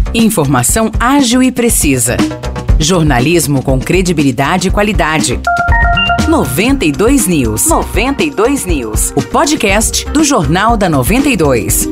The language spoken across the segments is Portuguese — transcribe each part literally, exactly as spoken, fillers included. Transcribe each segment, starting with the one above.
Informação ágil e precisa. Jornalismo com credibilidade e qualidade. noventa e dois News. noventa e dois News. O podcast do Jornal da noventa e dois.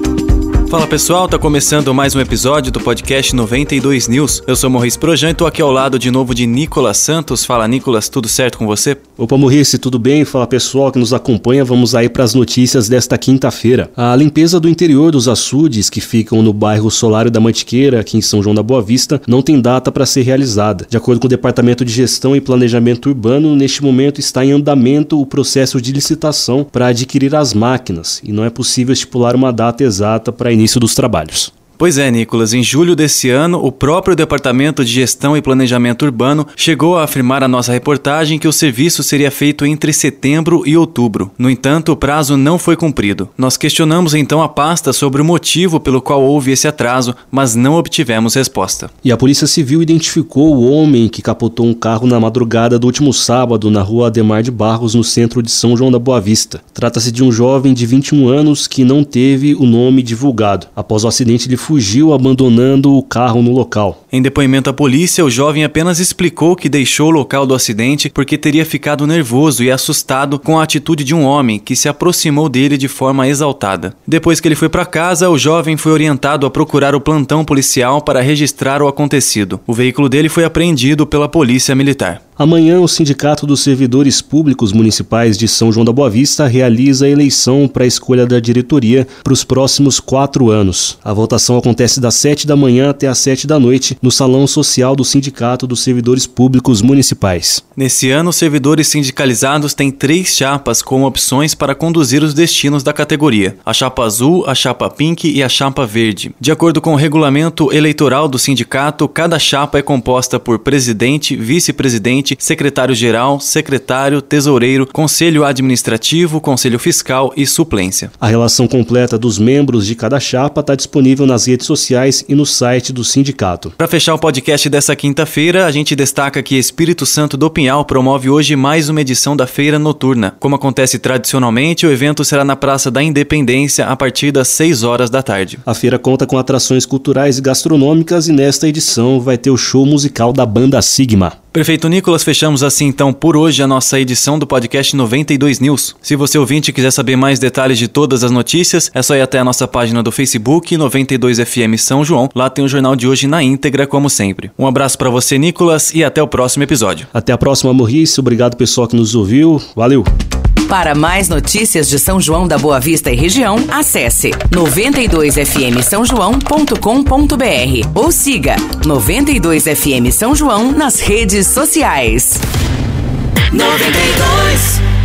Fala pessoal, tá começando mais um episódio do podcast noventa e dois News. Eu sou Maurice Projan e tô aqui ao lado de novo de Nicolas Santos. Fala Nicolas, tudo certo com você? Opa Maurice, tudo bem? Fala pessoal que nos acompanha, vamos aí para as notícias desta quinta-feira. A limpeza do interior dos açudes que ficam no bairro Solário da Mantiqueira, aqui em São João da Boa Vista, não tem data para ser realizada. De acordo com o Departamento de Gestão e Planejamento Urbano, neste momento está em andamento o processo de licitação para adquirir as máquinas e não é possível estipular uma data exata para início dos trabalhos. Pois é, Nicolas, em julho desse ano, o próprio Departamento de Gestão e Planejamento Urbano chegou a afirmar à nossa reportagem que o serviço seria feito entre setembro e outubro. No entanto, o prazo não foi cumprido. Nós questionamos então a pasta sobre o motivo pelo qual houve esse atraso, mas não obtivemos resposta. E a Polícia Civil identificou o homem que capotou um carro na madrugada do último sábado na rua Ademar de Barros, no centro de São João da Boa Vista. Trata-se de um jovem de vinte e um anos que não teve o nome divulgado. Após o acidente, ele fugiu abandonando o carro no local. Em depoimento à polícia, o jovem apenas explicou que deixou o local do acidente porque teria ficado nervoso e assustado com a atitude de um homem que se aproximou dele de forma exaltada. Depois que ele foi para casa, o jovem foi orientado a procurar o plantão policial para registrar o acontecido. O veículo dele foi apreendido pela polícia militar. Amanhã, o Sindicato dos Servidores Públicos Municipais de São João da Boa Vista realiza a eleição para a escolha da diretoria para os próximos quatro anos. A votação acontece das sete da manhã até às sete da noite no Salão Social do Sindicato dos Servidores Públicos Municipais. Nesse ano, os servidores sindicalizados têm três chapas com opções para conduzir os destinos da categoria: a chapa azul, a chapa pink e a chapa verde. De acordo com o regulamento eleitoral do sindicato, cada chapa é composta por presidente, vice-presidente, secretário-geral, secretário, tesoureiro, conselho administrativo, conselho fiscal e suplência. A relação completa dos membros de cada chapa está disponível nas redes sociais e no site do sindicato. Para fechar o podcast dessa quinta-feira, a gente destaca que Espírito Santo do Pinhal promove hoje mais uma edição da Feira Noturna. Como acontece tradicionalmente, o evento será na Praça da Independência a partir das seis horas da tarde. A feira conta com atrações culturais e gastronômicas e nesta edição vai ter o show musical da banda Sigma. Perfeito, Nicolas. Fechamos assim então por hoje a nossa edição do podcast noventa e dois News. Se você ouvinte quiser saber mais detalhes de todas as notícias, é só ir até a nossa página do Facebook, noventa e dois F M São João. Lá tem o jornal de hoje na íntegra, como sempre. Um abraço para você, Nicolas, e até o próximo episódio. Até a próxima, Maurice. Obrigado, pessoal que nos ouviu. Valeu! Para mais notícias de São João da Boa Vista e região, acesse noventa e dois F M São João ponto com ponto b r ou siga noventa e dois F M São João nas redes sociais. noventa e dois